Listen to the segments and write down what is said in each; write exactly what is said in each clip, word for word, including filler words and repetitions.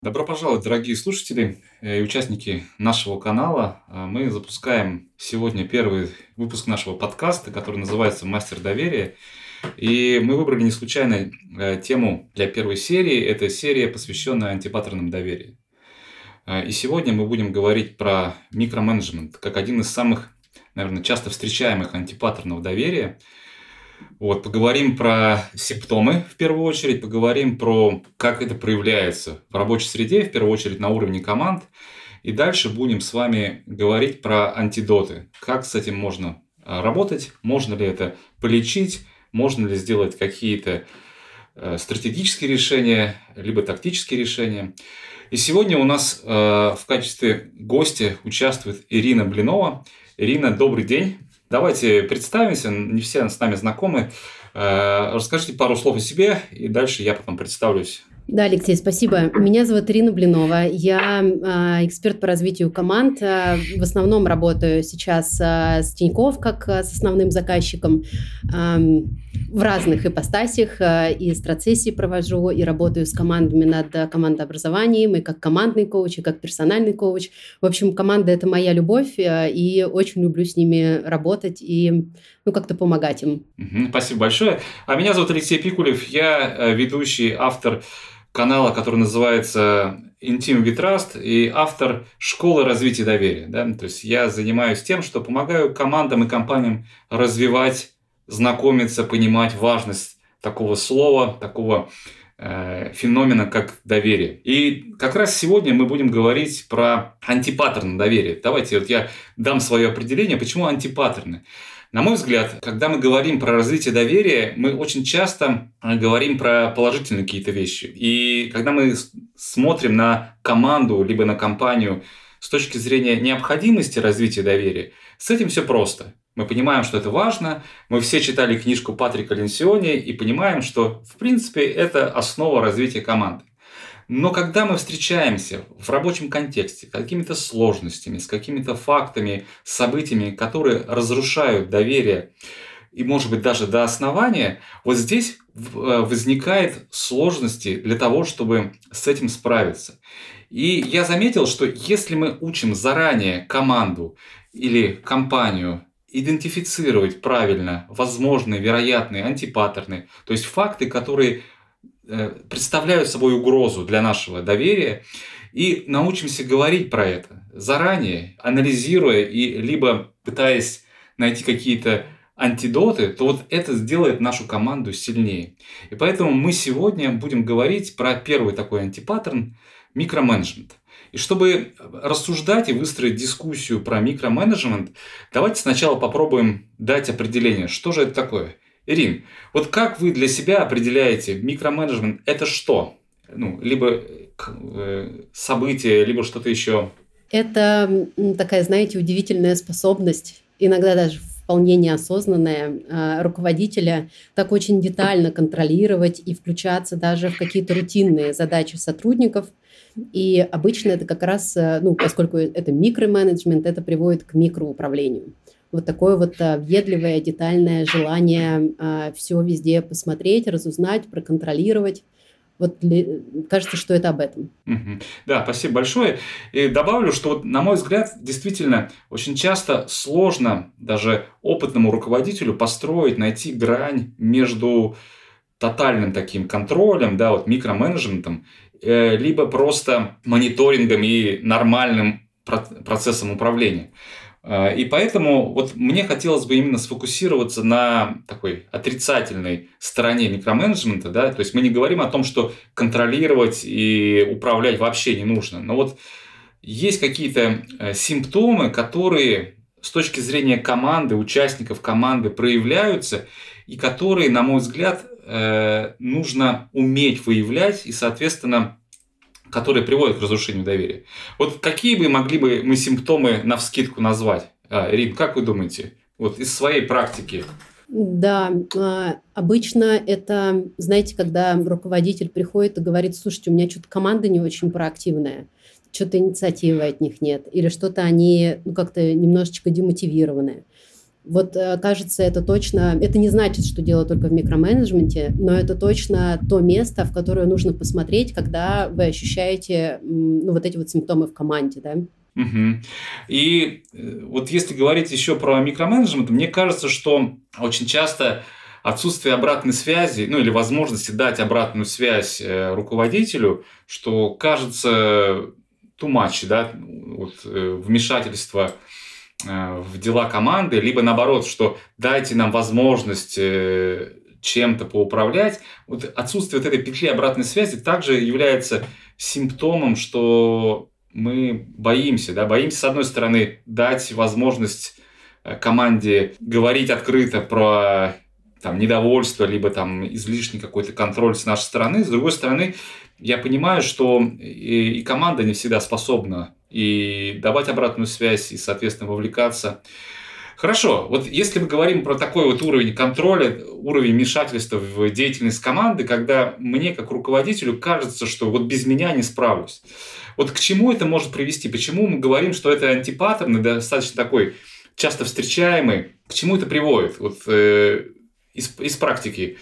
Добро пожаловать, дорогие слушатели и участники нашего канала. А, Мы запускаем сегодня первый выпуск нашего подкаста, который называется «Мастер доверия». И мы выбрали не случайно э, тему для первой серии. Это серия, посвященная антипаттернам доверия. А, И сегодня мы будем говорить про микроменеджмент, как один из самых, наверное, часто встречаемых антипаттернов доверия. Вот, поговорим про симптомы в первую очередь, поговорим про как это проявляется в рабочей среде, в первую очередь на уровне команд. И дальше будем с вами говорить про антидоты. Как с этим можно а, работать, можно ли это полечить, можно ли сделать какие-то э, стратегические решения, либо тактические решения. И сегодня у нас э, в качестве гостя участвует Ирина Блинова. Ирина, добрый день. Давайте представимся, не все с нами знакомы. Э, Расскажите пару слов о себе, и дальше я потом представлюсь. Да, Алексей, спасибо. Меня зовут Ирина Блинова. Я э, эксперт по развитию команд. Э, в основном работаю сейчас э, с Тинькофф как э, с основным заказчиком э, в разных ипостасях. Э, и страцессии провожу, и работаю с командами над э, командообразованием, и как командный коуч, и как персональный коуч. В общем, команда – это моя любовь, э, и очень люблю с ними работать и ну, как-то помогать им. Мгм, Спасибо большое. А меня зовут Алексей Пикулев. Я э, ведущий, автор канала, который называется Intim We Trust, и автор школы развития доверия. Да? То есть я занимаюсь тем, что помогаю командам и компаниям развивать, знакомиться, понимать важность такого слова, такого э, феномена, как доверие. И как раз сегодня мы будем говорить про антипаттерны доверия. Давайте вот я дам свое определение, почему антипаттерны. На мой взгляд, когда мы говорим про развитие доверия, мы очень часто говорим про положительные какие-то вещи. И когда мы смотрим на команду либо на компанию с точки зрения необходимости развития доверия, с этим все просто. Мы понимаем, что это важно. Мы все читали книжку Патрика Ленсиони и понимаем, что, в принципе, это основа развития команды. Но когда мы встречаемся в рабочем контексте с какими-то сложностями, с какими-то фактами, событиями, которые разрушают доверие, и, может быть, даже до основания, вот здесь возникают сложности для того, чтобы с этим справиться. И я заметил, что если мы учим заранее команду или компанию идентифицировать правильно возможные, вероятные антипаттерны, то есть факты, которые представляют собой угрозу для нашего доверия, и научимся говорить про это заранее, анализируя и либо пытаясь найти какие-то антидоты, то вот это сделает нашу команду сильнее. И поэтому мы сегодня будем говорить про первый такой антипаттерн – микроменеджмент. И чтобы рассуждать и выстроить дискуссию про микроменеджмент, давайте сначала попробуем дать определение, что же это такое. Ирин, вот как вы для себя определяете микроменеджмент – это что? Ну, либо э, событие, либо что-то еще? Это такая, знаете, удивительная способность, иногда даже вполне неосознанная, э, руководителя так очень детально контролировать и включаться даже в какие-то рутинные задачи сотрудников. И обычно это как раз, э, ну, поскольку это микроменеджмент, это приводит к микроуправлению. Вот такое вот а, въедливое, детальное желание а, все везде посмотреть, разузнать, проконтролировать. Вот ли, кажется, что это об этом. Мгм. Да, спасибо большое. И добавлю, что, вот, на мой взгляд, действительно очень часто сложно даже опытному руководителю построить, найти грань между тотальным таким контролем, да, вот микроменеджментом, э, либо просто мониторингом и нормальным про- процессом управления. Э, И поэтому вот мне хотелось бы именно сфокусироваться на такой отрицательной стороне микроменеджмента, да, то есть мы не говорим о том, что контролировать и управлять вообще не нужно, но вот есть какие-то э, симптомы, которые с точки зрения команды, участников команды проявляются, и которые, на мой взгляд, э, нужно уметь выявлять и, соответственно, которые приводят к разрушению доверия. Вот какие бы могли бы мы симптомы навскидку назвать? А, Ирин, как вы думаете? Вот из своей практики. Да, а, обычно это, знаете, когда руководитель приходит и говорит: слушайте, у меня что-то команда не очень проактивная, что-то инициативы от них нет, или что-то они ну, как-то немножечко демотивированные. Вот, э, кажется, это точно, это не значит, что дело только в микроменеджменте, но это точно то место, в которое нужно посмотреть, когда вы ощущаете, м, ну, вот эти вот симптомы в команде, да. Мгм. И э, вот если говорить еще про микроменеджмент, мне кажется, что очень часто отсутствие обратной связи, ну или возможности дать обратную связь э, руководителю, что кажется too much, да, вот, э, вмешательство э, в дела команды, либо наоборот, что дайте нам возможность э, чем-то поуправлять. Вот отсутствие вот этой петли обратной связи также является симптомом, что мы боимся, да, боимся, с одной стороны, дать возможность э, команде говорить открыто про там, недовольство, либо там излишний какой-то контроль с нашей стороны. С другой стороны, я понимаю, что и, и команда не всегда способна и давать обратную связь, и, соответственно, вовлекаться. Хорошо, вот если мы говорим про такой вот уровень контроля, уровень вмешательства в деятельность команды, когда мне, как руководителю, кажется, что вот без меня не справлюсь. Вот к чему это может привести? Почему мы говорим, что это антипаттерн, и достаточно такой часто встречаемый? К чему это приводит? Вот э, из, из практики.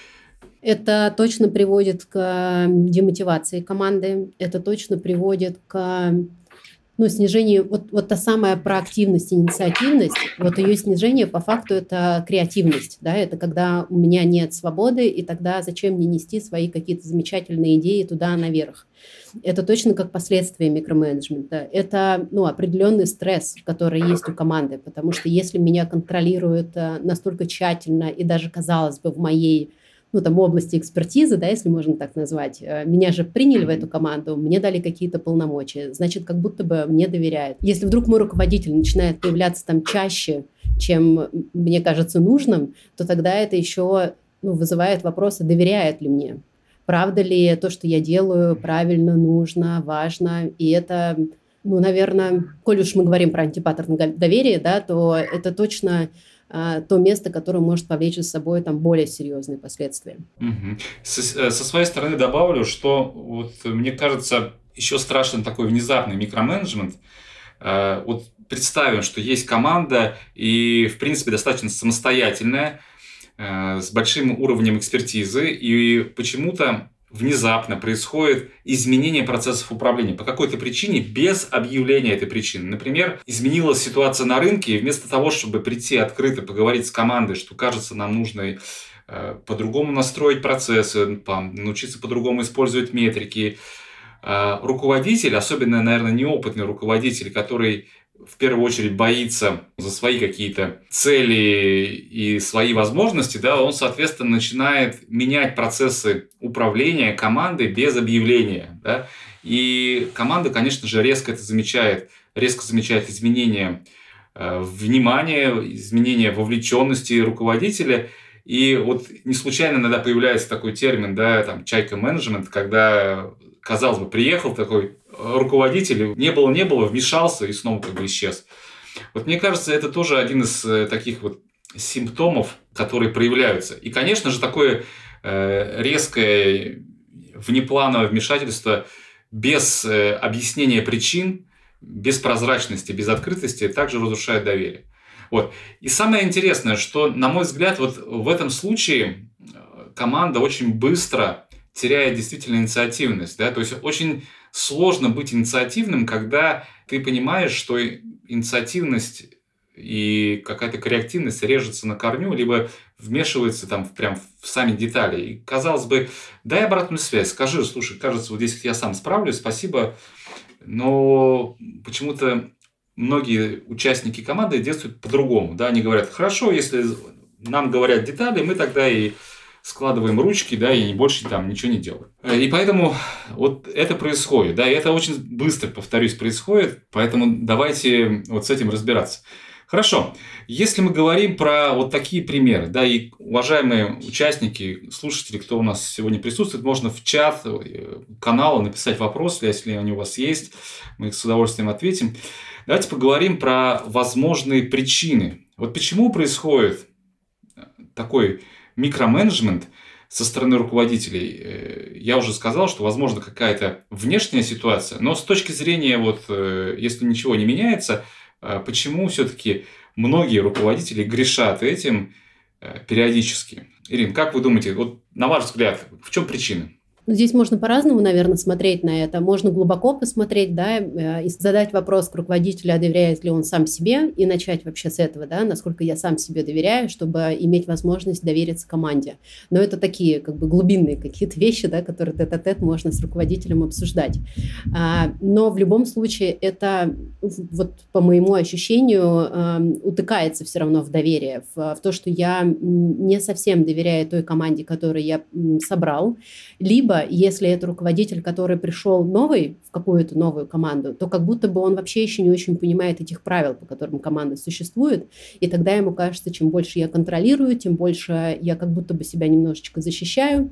Это точно приводит к демотивации команды, это точно приводит к, ну, снижению, вот, вот та самая проактивность, инициативность, вот ее снижение по факту это креативность, да, это когда у меня нет свободы, и тогда зачем мне нести свои какие-то замечательные идеи туда наверх. Это точно как последствия микроменеджмента. Это, ну, определенный стресс, который есть у команды, потому что если меня контролируют э, настолько тщательно и даже, казалось бы, в моей, ну, там, области экспертизы, да, если можно так назвать, э, меня же приняли в эту команду, мне дали какие-то полномочия, значит, как будто бы мне доверяют. Если вдруг мой руководитель начинает появляться там чаще, чем мне кажется нужным, то тогда это еще, ну, вызывает вопросы, доверяет ли мне. Правда ли то, что я делаю, правильно, нужно, важно. И это, ну, наверное, коль уж мы говорим про антипаттерн доверия, да, то это точно а, то место, которое может повлечь за собой там более серьезные последствия. Мгм. Со, со своей стороны добавлю, что вот мне кажется, еще страшен такой внезапный микроменеджмент. Э, Вот представим, что есть команда и, в принципе, достаточно самостоятельная, э, с большим уровнем экспертизы, и почему-то внезапно происходит изменение процессов управления по какой-то причине без объявления этой причины. Например, изменилась ситуация на рынке, и вместо того, чтобы прийти открыто поговорить с командой, что кажется нам нужно э, по-другому настроить процессы, там, научиться по-другому использовать метрики, э, руководитель, особенно, наверное, неопытный руководитель, который в первую очередь боится за свои какие-то цели и свои возможности, да, он, соответственно, начинает менять процессы управления командой без объявления. Да, и команда, конечно же, резко это замечает, резко замечает изменения э, внимания, изменения вовлеченности руководителя. И вот не случайно иногда появляется такой термин, да, там, чайка-менеджмент, когда, казалось бы, приехал такой руководитель, не было, не было, вмешался и снова как бы исчез. Вот мне кажется, это тоже один из э, таких вот симптомов, которые проявляются. И, конечно же, такое э, резкое внеплановое вмешательство без э, объяснения причин, без прозрачности, без открытости также разрушает доверие. Вот. И самое интересное, что, на мой взгляд, вот в этом случае команда очень быстро теряет действительно инициативность. Да? То есть очень сложно быть инициативным, когда ты понимаешь, что инициативность и какая-то креативность режется на корню, либо вмешивается там прям в сами детали. И, казалось бы, дай обратную связь, скажи, слушай, кажется, вот здесь я сам справлюсь, спасибо, но почему-то многие участники команды действуют по-другому. Да? Они говорят, хорошо, если нам говорят детали, мы тогда и складываем ручки, да, и больше там ничего не делаем. И поэтому вот это происходит, да, и это очень быстро, повторюсь, происходит, поэтому давайте вот с этим разбираться. Хорошо, если мы говорим про вот такие примеры, да, и уважаемые участники, слушатели, кто у нас сегодня присутствует, можно в чат канала написать вопрос, если они у вас есть, мы их с удовольствием ответим. Давайте поговорим про возможные причины. Вот почему происходит такой микроменеджмент со стороны руководителей. Я уже сказал, что, возможно, какая-то внешняя ситуация, но с точки зрения, вот, если ничего не меняется, почему все-таки многие руководители грешат этим периодически. Ирина, как вы думаете, вот на ваш взгляд, в чем причина? Здесь можно по-разному, наверное, смотреть на это. Можно глубоко посмотреть, да, и задать вопрос к руководителю, а доверяет ли он сам себе, и начать вообще с этого, да, насколько я сам себе доверяю, чтобы иметь возможность довериться команде. Но это такие как бы глубинные какие-то вещи, да, которые тет-а-тет можно с руководителем обсуждать. Но в любом случае это, вот по моему ощущению, утыкается все равно в доверие, в, в то, что я не совсем доверяю той команде, которую я собрал, либо если это руководитель, который пришел новый в какую-то новую команду, то как будто бы он вообще еще не очень понимает этих правил, по которым команда существует, и тогда ему кажется, чем больше я контролирую, тем больше я как будто бы себя немножечко защищаю,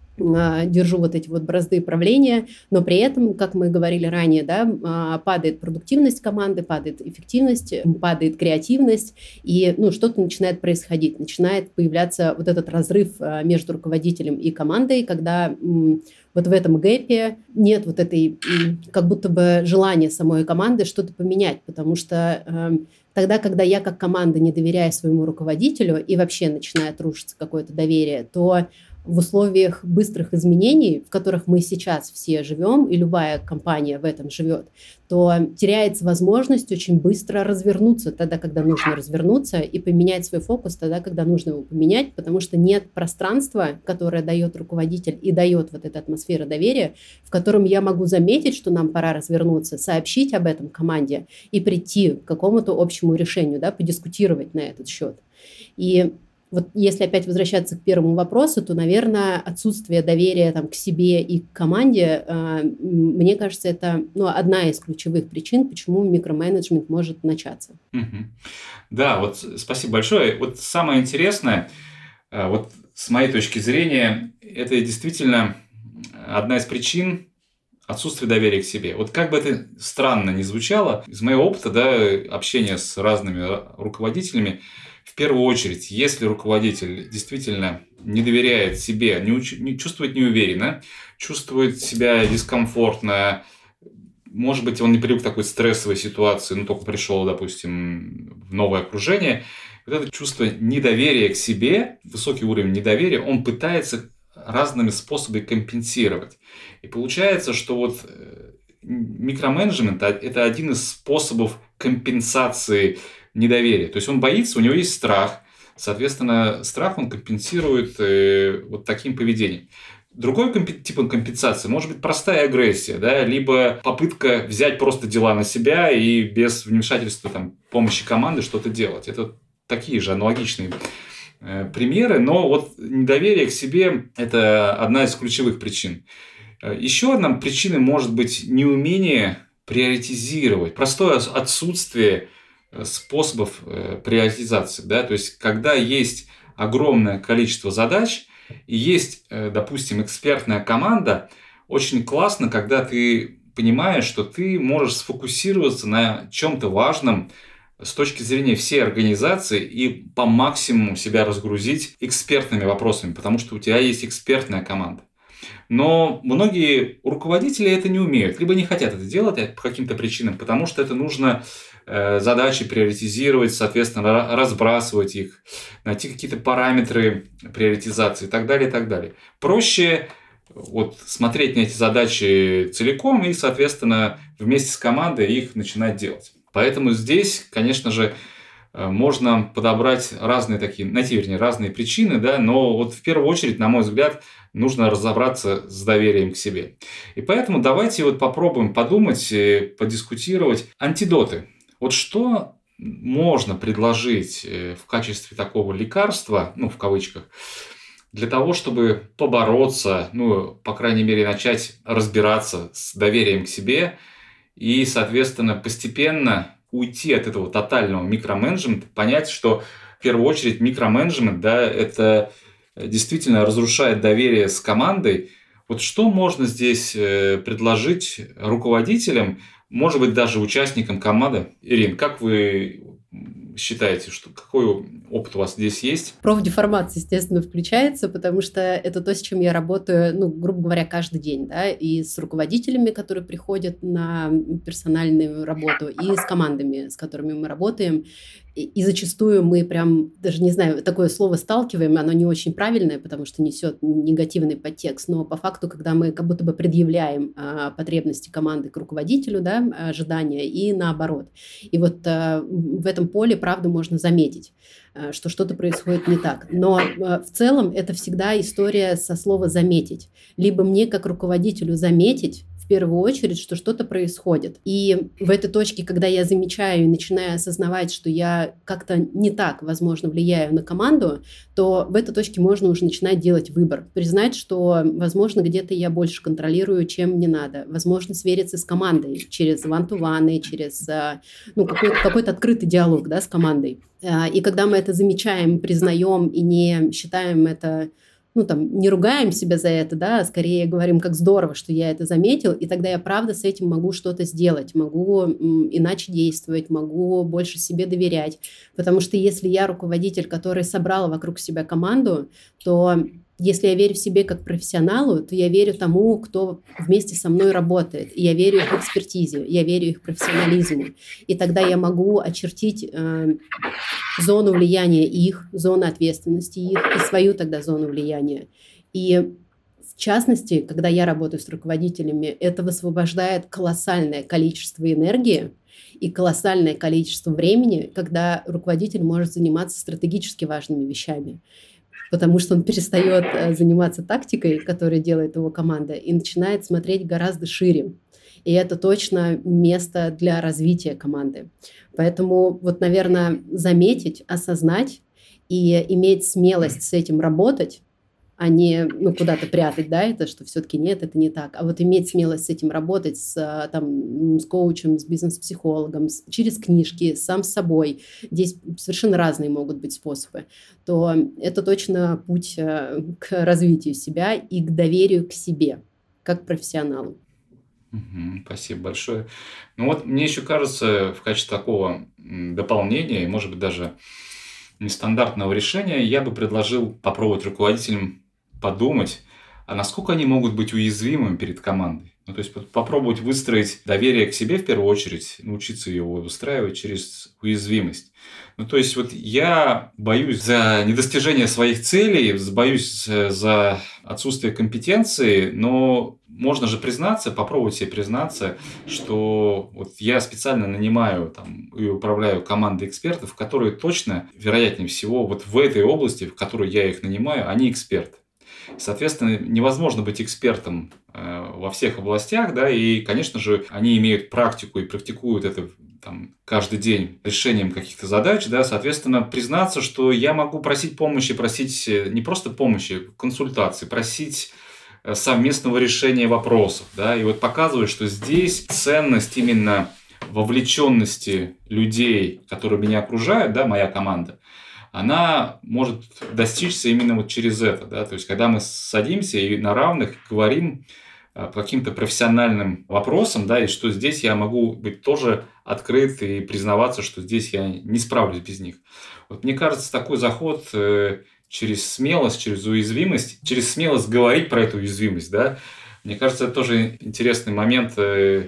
держу вот эти вот бразды правления, но при этом, как мы говорили ранее, да, падает продуктивность команды, падает эффективность, падает креативность, и ну, что-то начинает происходить, начинает появляться вот этот разрыв между руководителем и командой, когда вот в этом гэпе нет вот этой как будто бы желания самой команды что-то поменять, потому что тогда, когда я как команда не доверяю своему руководителю и вообще начинает рушиться какое-то доверие, то в условиях быстрых изменений, в которых мы сейчас все живем, и любая компания в этом живет, то теряется возможность очень быстро развернуться тогда, когда нужно развернуться, и поменять свой фокус тогда, когда нужно его поменять, потому что нет пространства, которое дает руководитель и дает вот эта атмосфера доверия, в котором я могу заметить, что нам пора развернуться, сообщить об этом команде и прийти к какому-то общему решению, да, подискутировать на этот счет. И вот если опять возвращаться к первому вопросу, то, наверное, отсутствие доверия там, к себе и к команде, э, мне кажется, это ну, одна из ключевых причин, почему микроменеджмент может начаться. Угу. Да, вот спасибо большое. Вот самое интересное, вот с моей точки зрения, это действительно одна из причин отсутствия доверия к себе. Вот как бы это странно ни звучало, из моего опыта, да, общения с разными руководителями, в первую очередь, если руководитель действительно не доверяет себе, не, уч... не чувствует неуверенно, чувствует себя дискомфортно, может быть, он не привык к такой стрессовой ситуации, ну, только пришел, допустим, в новое окружение, вот это чувство недоверия к себе, высокий уровень недоверия, он пытается разными способами компенсировать. И получается, что вот микроменеджмент – это один из способов компенсации недоверия. То есть он боится, у него есть страх. Соответственно, страх он компенсирует э, вот таким поведением. Другой комп- тип компенсации может быть простая агрессия, да, либо попытка взять просто дела на себя и без вмешательства, там, помощи команды что-то делать. Это такие же аналогичные э, примеры, но вот недоверие к себе – это одна из ключевых причин. Еще одна причина может быть неумение приоритизировать, простое отсутствие способов приоритизации, да, то есть когда есть огромное количество задач и есть, допустим, экспертная команда, очень классно, когда ты понимаешь, что ты можешь сфокусироваться на чем-то важном с точки зрения всей организации и по максимуму себя разгрузить экспертными вопросами, потому что у тебя есть экспертная команда. Но многие руководители это не умеют, либо не хотят это делать по каким-то причинам, потому что это нужно э, задачи приоритизировать, соответственно, разбрасывать их, найти какие-то параметры приоритизации и так далее, и так далее. Проще вот, смотреть на эти задачи целиком и, соответственно, вместе с командой их начинать делать. Поэтому здесь, конечно же, можно подобрать разные такие, найти, вернее, разные причины, да, но вот в первую очередь, на мой взгляд, нужно разобраться с доверием к себе. И поэтому давайте вот попробуем подумать, подискутировать. Антидоты. Вот что можно предложить в качестве такого лекарства, ну, в кавычках, для того, чтобы побороться, ну, по крайней мере, начать разбираться с доверием к себе и, соответственно, постепенно уйти от этого тотального микроменеджмента, понять, что в первую очередь микроменеджмент, да, это действительно разрушает доверие с командой. Вот что можно здесь предложить руководителям, может быть, даже участникам команды? Ирин, как вы считаете, что какой опыт у вас здесь есть? Профдеформация, естественно, включается, потому что это то, с чем я работаю, ну, грубо говоря, каждый день, да, и с руководителями, которые приходят на персональную работу, и с командами, с которыми мы работаем. И, и зачастую мы прям, даже не знаю, такое слово сталкиваем, оно не очень правильное, потому что несет негативный подтекст, но по факту, когда мы как будто бы предъявляем а, потребности команды к руководителю, да, ожидания, и наоборот. И вот а, в этом поле, правда, можно заметить, а, что что-то происходит не так. Но а, в целом это всегда история со слова «заметить». Либо мне, как руководителю, заметить, в первую очередь, что что-то происходит. И в этой точке, когда я замечаю и начинаю осознавать, что я как-то не так, возможно, влияю на команду, то в этой точке можно уже начинать делать выбор. Признать, что, возможно, где-то я больше контролирую, чем мне надо. Возможно, свериться с командой через one-to-one, через ну, какой-то, какой-то открытый диалог, да, с командой. И когда мы это замечаем, признаем и не считаем это... ну, там, не ругаем себя за это, да, а скорее говорим, как здорово, что я это заметил, и тогда я, правда, с этим могу что-то сделать, могу м, иначе действовать, могу больше себе доверять, потому что если я руководитель, который собрал вокруг себя команду, то если я верю в себе как профессионалу, то я верю тому, кто вместе со мной работает, и я верю их экспертизе, я верю их профессионализму, и тогда я могу очертить э, зону влияния их, зону ответственности их и свою тогда зону влияния. И в частности, когда я работаю с руководителями, это высвобождает колоссальное количество энергии и колоссальное количество времени, когда руководитель может заниматься стратегически важными вещами, потому что он перестает заниматься тактикой, которую делает его команда, и начинает смотреть гораздо шире. И это точно место для развития команды. Поэтому, вот, наверное, заметить, осознать и иметь смелость с этим работать, а не ну, куда-то прятать, да, это, что все-таки нет, это не так. А вот иметь смелость с этим работать, с, там, с коучем, с бизнес-психологом, с, через книжки, сам с собой. Здесь совершенно разные могут быть способы. То это точно путь к развитию себя и к доверию к себе, как профессионалу. Угу, спасибо большое. Ну вот мне еще кажется, в качестве такого дополнения, может быть, даже нестандартного решения, я бы предложил попробовать руководителям подумать, а насколько они могут быть уязвимыми перед командой. Ну, то есть попробовать выстроить доверие к себе в первую очередь, научиться его выстраивать через уязвимость. Ну, то есть вот я боюсь за недостижение своих целей, боюсь за отсутствие компетенции, но можно же признаться, попробовать себе признаться, что вот я специально нанимаю там, и управляю командой экспертов, которые точно, вероятнее всего, вот в этой области, в которой я их нанимаю, они эксперты. Соответственно, невозможно быть экспертом э, во всех областях, да, и, конечно же, они имеют практику и практикуют это там, каждый день решением каких-то задач, да, соответственно, признаться, что я могу просить помощи, просить не просто помощи, консультации, просить совместного решения вопросов, да, и вот показывать, что здесь ценность именно вовлеченности людей, которые меня окружают, да, моя команда, она может достичься именно вот через это, да, то есть когда мы садимся и на равных говорим по каким-то профессиональным вопросам, да, и что здесь я могу быть тоже открыт и признаваться, что здесь я не справлюсь без них. Вот мне кажется, такой заход через смелость, через уязвимость, через смелость говорить про эту уязвимость, да, мне кажется, это тоже интересный момент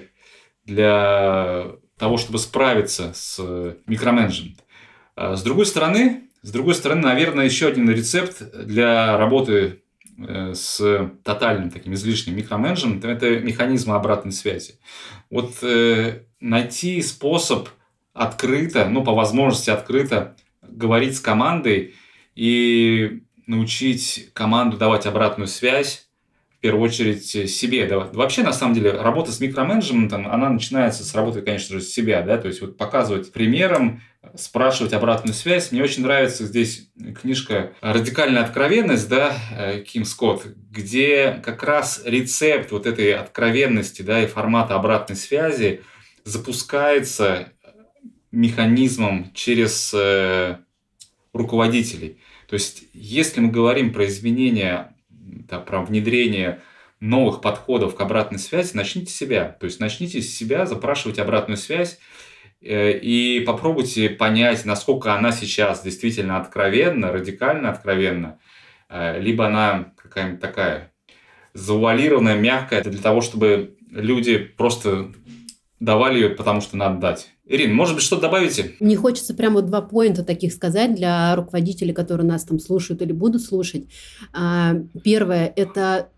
для того, чтобы справиться с микроменеджментом. С другой стороны, С другой стороны, наверное, еще один рецепт для работы с тотальным таким излишним микроменеджментом – это механизмы обратной связи. Вот э, найти способ открыто, ну, по возможности открыто говорить с командой и научить команду давать обратную связь, в первую очередь себе. Да. Вообще, на самом деле, работа с микроменеджментом, она начинается с работы, конечно же, с себя. Да? То есть, вот показывать примером, спрашивать обратную связь. Мне очень нравится здесь книжка «Радикальная откровенность», да, Ким Скотт, где как раз рецепт вот этой откровенности, да, и формата обратной связи запускается механизмом через э, руководителей. То есть, если мы говорим про изменения, да, про внедрение новых подходов к обратной связи, начните с себя. То есть, начните с себя запрашивать обратную связь. и попробуйте понять, насколько она сейчас действительно откровенна, радикально откровенна, либо она какая-нибудь такая завуалированная, мягкая, для того, чтобы люди просто давали ее, потому что надо дать. Ирина, может быть, что-то добавите? Мне хочется прямо вот два поинта таких сказать для руководителей, которые нас там слушают или будут слушать. Первое – это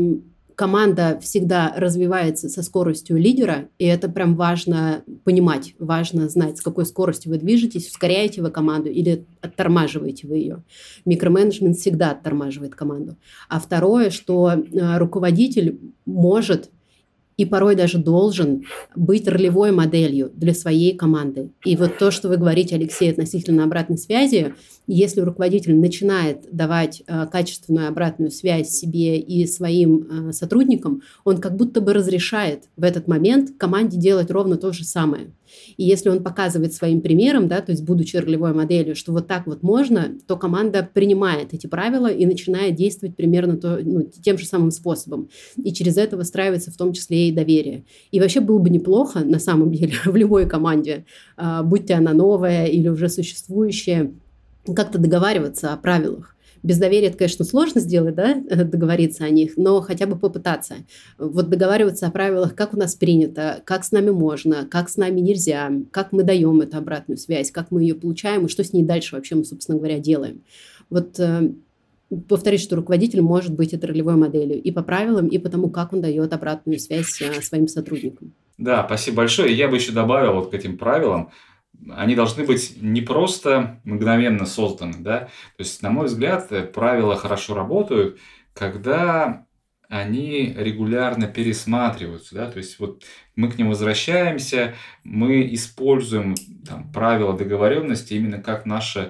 команда всегда развивается со скоростью лидера, и это прям важно понимать, важно знать, с какой скоростью вы движетесь, ускоряете вы команду или оттормаживаете вы ее. Микроменеджмент всегда оттормаживает команду. А второе, что руководитель может и порой даже должен быть ролевой моделью для своей команды. И вот то, что вы говорите, Алексей, относительно обратной связи, если руководитель начинает давать э, качественную обратную связь себе и своим э, сотрудникам, он как будто бы разрешает в этот момент команде делать ровно то же самое. И если он показывает своим примером, да, то есть будучи ролевой моделью, что вот так вот можно, то команда принимает эти правила и начинает действовать примерно то, ну, тем же самым способом. И через это выстраивается в том числе и доверие. И вообще было бы неплохо, на самом деле, в любой команде, э, будь то она новая или уже существующая, как-то договариваться о правилах. Без доверия это, конечно, сложно сделать, да, договориться о них, но хотя бы попытаться. Вот договариваться о правилах, как у нас принято, как с нами можно, как с нами нельзя, как мы даем эту обратную связь, как мы ее получаем и что с ней дальше вообще мы, собственно говоря, делаем. Вот повторюсь, что руководитель может быть этой ролевой моделью и по правилам, и по тому, как он дает обратную связь своим сотрудникам. Да, спасибо большое. Я бы еще добавил вот к этим правилам. Они должны быть не просто мгновенно созданы, да. То есть, на мой взгляд, правила хорошо работают, когда они регулярно пересматриваются, да. То есть, вот мы к ним возвращаемся, мы используем там правила договоренности именно как наше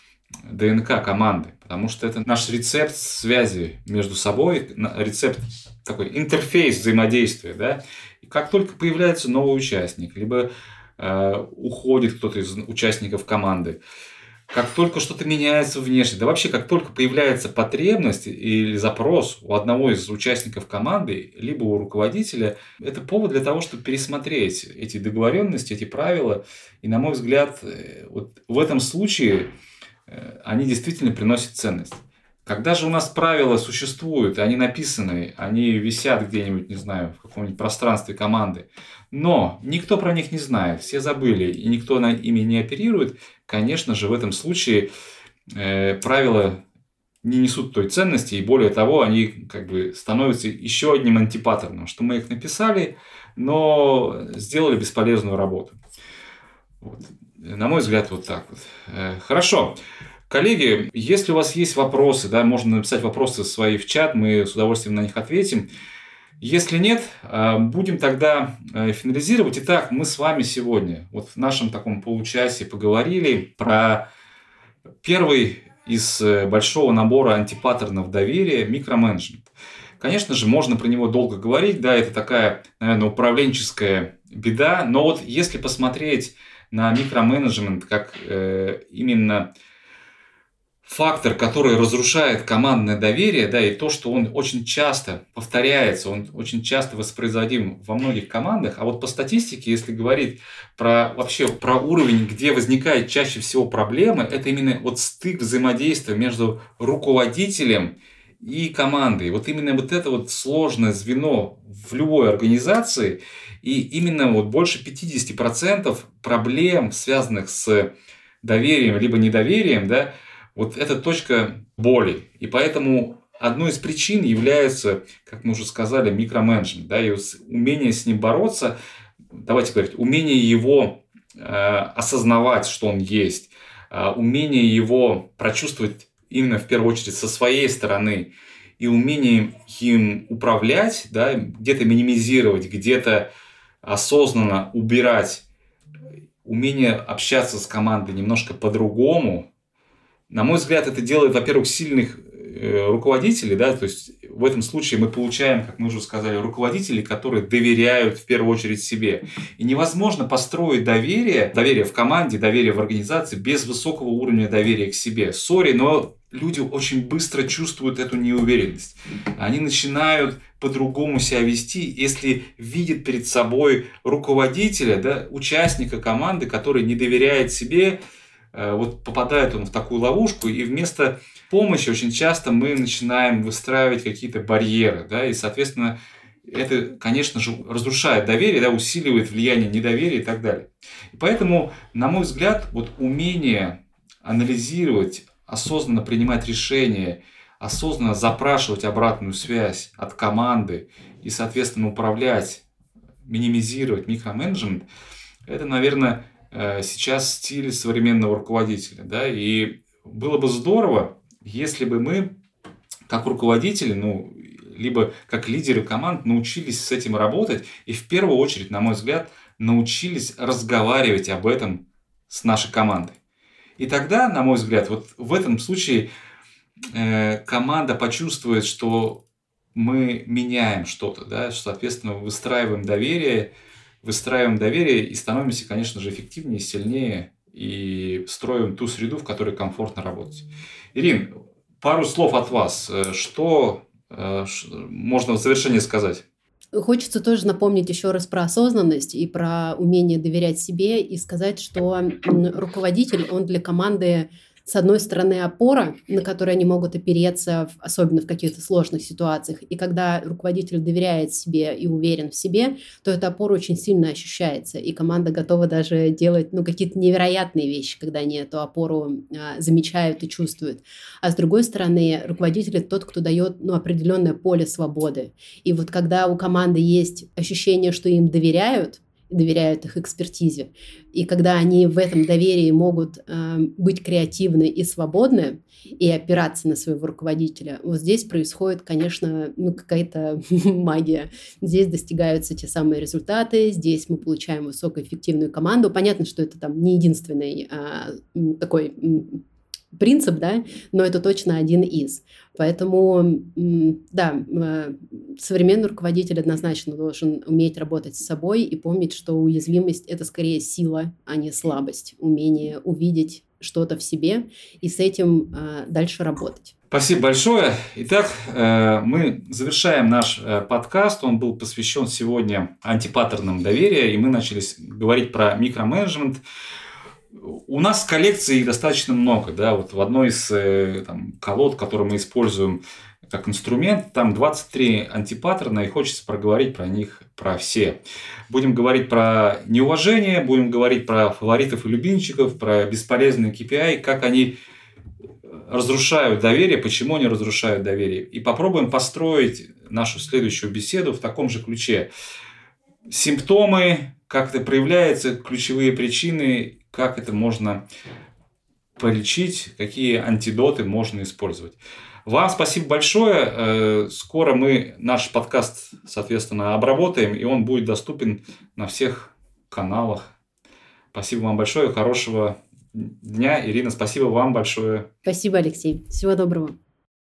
ДНК команды, потому что это наш рецепт связи между собой, рецепт такой интерфейс взаимодействия, да. И как только появляется новый участник, либо уходит кто-то из участников команды, как только что-то меняется внешне, да вообще как только появляется потребность или запрос у одного из участников команды, либо у руководителя, это повод для того, чтобы пересмотреть эти договоренности, эти правила. И, на мой взгляд, вот в этом случае они действительно приносят ценность. Когда же у нас правила существуют, они написаны, они висят где-нибудь, не знаю, в каком-нибудь пространстве команды, но никто про них не знает, все забыли, и никто на ими не оперирует, конечно же, в этом случае э, правила не несут той ценности, и более того, они как бы становятся еще одним антипаттерном, что мы их написали, но сделали бесполезную работу. Вот. На мой взгляд, вот так вот. Э, хорошо. Коллеги, если у вас есть вопросы, да, можно написать вопросы свои в чат, мы с удовольствием на них ответим. Если нет, будем тогда финализировать. Итак, мы с вами сегодня вот в нашем таком получасе поговорили про первый из большого набора антипаттернов доверия – микроменеджмент. Конечно же, можно про него долго говорить, да, это такая, наверное, управленческая беда, но вот если посмотреть на микроменеджмент как э, именно фактор, который разрушает командное доверие, да, и то, что он очень часто повторяется, он очень часто воспроизводим во многих командах. А вот по статистике, если говорить про вообще про уровень, где возникает чаще всего проблемы, это именно вот стык взаимодействия между руководителем и командой. Вот именно вот это вот сложное звено в любой организации, и именно вот больше пятьдесят процентов проблем, связанных с доверием либо недоверием, да, вот это точка боли. И поэтому одной из причин является, как мы уже сказали, микроменеджмент, да, и умение с ним бороться, давайте говорить, умение его э, осознавать, что он есть, э, умение его прочувствовать именно в первую очередь со своей стороны, и умение им управлять, да, где-то минимизировать, где-то осознанно убирать, умение общаться с командой немножко по-другому. На мой взгляд, это делает, во-первых, сильных э, руководители, да, то есть в этом случае мы получаем, как мы уже сказали, руководителей, которые доверяют в первую очередь себе. И невозможно построить доверие, доверие в команде, доверие в организации без высокого уровня доверия к себе. Сори, но люди очень быстро чувствуют эту неуверенность. Они начинают по-другому себя вести, если видят перед собой руководителя, да, участника команды, который не доверяет себе, вот попадает он в такую ловушку, и вместо помощи очень часто мы начинаем выстраивать какие-то барьеры, да, и, соответственно, это, конечно же, разрушает доверие, да, усиливает влияние недоверия и так далее. И поэтому, на мой взгляд, вот умение анализировать, осознанно принимать решения, осознанно запрашивать обратную связь от команды и, соответственно, управлять, минимизировать микроменеджмент, это, наверное, сейчас стиль современного руководителя. Да? И было бы здорово, если бы мы, как руководители, ну, либо как лидеры команд, научились с этим работать и, в первую очередь, на мой взгляд, научились разговаривать об этом с нашей командой. И тогда, на мой взгляд, вот в этом случае э, команда почувствует, что мы меняем что-то, да, что, соответственно, выстраиваем доверие, выстраиваем доверие и становимся, конечно же, эффективнее, сильнее и строим ту среду, в которой комфортно работать. Ирин, пару слов от вас. Что э, можно в завершение сказать? Хочется тоже напомнить еще раз про осознанность и про умение доверять себе и сказать, что руководитель, он для команды, с одной стороны, опора, на которой они могут опереться, особенно в каких-то сложных ситуациях. И когда руководитель доверяет себе и уверен в себе, то эта опора очень сильно ощущается. И команда готова даже делать ну, какие-то невероятные вещи, когда они эту опору а, замечают и чувствуют. А с другой стороны, руководитель – это тот, кто дает ну, определенное поле свободы. И вот когда у команды есть ощущение, что им доверяют, доверяют их экспертизе. И когда они в этом доверии могут э, быть креативны и свободны, и опираться на своего руководителя, вот здесь происходит, конечно, ну, какая-то магия. Здесь достигаются те самые результаты, здесь мы получаем высокоэффективную команду. Понятно, что это там не единственный э, такой принцип, да, но это точно один из. Поэтому, да, современный руководитель однозначно должен уметь работать с собой и помнить, что уязвимость – это скорее сила, а не слабость. Умение увидеть что-то в себе и с этим дальше работать. Спасибо большое. Итак, мы завершаем наш подкаст. Он был посвящен сегодня антипаттернам доверия, и мы начали говорить про микроменеджмент. У нас в коллекции достаточно много, да, вот в одной из там, колод, которую мы используем как инструмент, там двадцать три антипаттерна, и хочется проговорить про них, про все. Будем говорить про неуважение, будем говорить про фаворитов и любимчиков, про бесполезные кей пи ай, как они разрушают доверие, почему они разрушают доверие. И попробуем построить нашу следующую беседу в таком же ключе. Симптомы, как это проявляется, ключевые причины, как это можно полечить, какие антидоты можно использовать. Вам спасибо большое. Скоро мы наш подкаст, соответственно, обработаем, и он будет доступен на всех каналах. Спасибо вам большое. Хорошего дня. Ирина, спасибо вам большое. Спасибо, Алексей. Всего доброго.